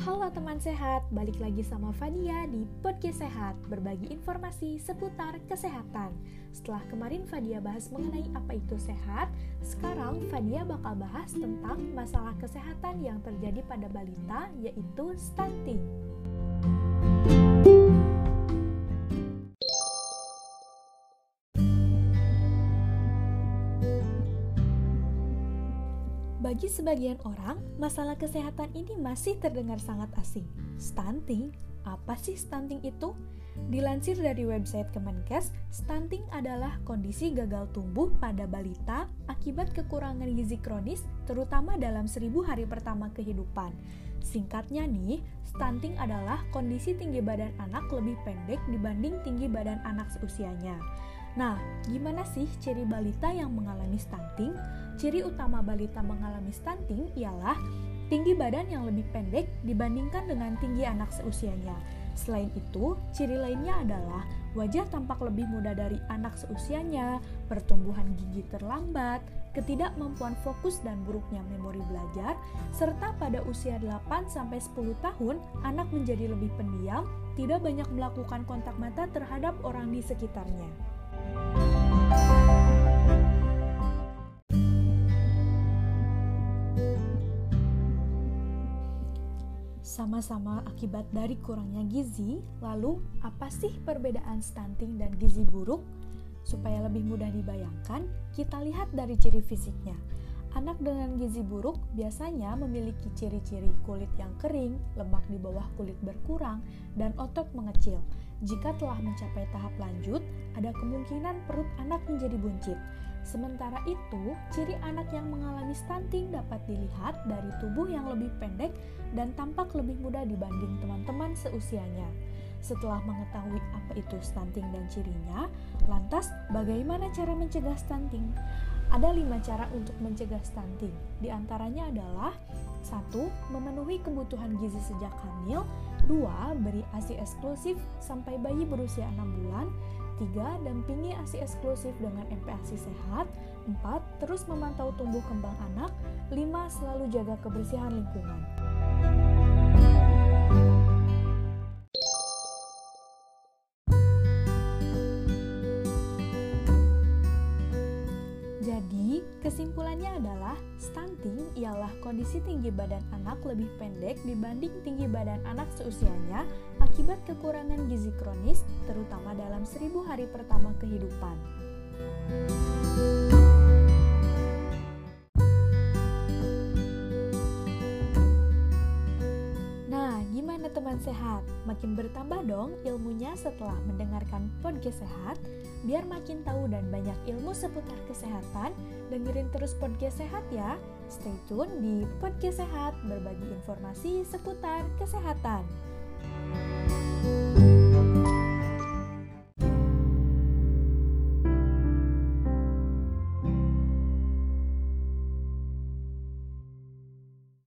Halo teman sehat, balik lagi sama Fadia di Podcast Sehat, berbagi informasi seputar kesehatan. Setelah kemarin Fadia bahas mengenai apa itu sehat, sekarang Fadia bakal bahas tentang masalah kesehatan yang terjadi pada balita, yaitu stunting. Bagi sebagian orang, masalah kesehatan ini masih terdengar sangat asing. Stunting? Apa sih stunting itu? Dilansir dari website Kemenkes, stunting adalah kondisi gagal tumbuh pada balita akibat kekurangan gizi kronis, terutama dalam 1000 hari pertama kehidupan. Singkatnya nih, stunting adalah kondisi tinggi badan anak lebih pendek dibanding tinggi badan anak seusianya. Nah, gimana sih ciri balita yang mengalami stunting? Ciri utama balita mengalami stunting ialah tinggi badan yang lebih pendek dibandingkan dengan tinggi anak seusianya. Selain itu, ciri lainnya adalah wajah tampak lebih muda dari anak seusianya, pertumbuhan gigi terlambat, ketidakmampuan fokus dan buruknya memori belajar, serta pada usia 8-10 tahun, anak menjadi lebih pendiam, tidak banyak melakukan kontak mata terhadap orang di sekitarnya. Sama-sama akibat dari kurangnya gizi, lalu apa sih perbedaan stunting dan gizi buruk? Supaya lebih mudah dibayangkan, kita lihat dari ciri fisiknya. Anak dengan gizi buruk biasanya memiliki ciri-ciri kulit yang kering, lemak di bawah kulit berkurang, dan otot mengecil. Jika telah mencapai tahap lanjut, ada kemungkinan perut anak menjadi buncit. Sementara itu, ciri anak yang mengalami stunting dapat dilihat dari tubuh yang lebih pendek dan tampak lebih muda dibanding teman-teman seusianya. Setelah mengetahui apa itu stunting dan cirinya, lantas bagaimana cara mencegah stunting? Ada 5 cara untuk mencegah stunting. Di antaranya adalah 1. Memenuhi kebutuhan gizi sejak hamil. 2. Beri ASI eksklusif sampai bayi berusia 6 bulan. 3. Dampingi ASI eksklusif dengan MPASI sehat. 4. Terus memantau tumbuh kembang anak. 5. Selalu jaga kebersihan lingkungan. Jadi, kesimpulannya adalah stunting ialah kondisi tinggi badan anak lebih pendek dibanding tinggi badan anak seusianya akibat kekurangan gizi kronis, terutama dalam 1000 hari pertama kehidupan. Nah, gimana teman sehat? Makin bertambah dong ilmunya setelah mendengarkan podcast sehat. Biar makin tahu dan banyak ilmu seputar kesehatan, dengerin terus podcast sehat ya. Stay tune di podcast sehat, berbagi informasi seputar kesehatan.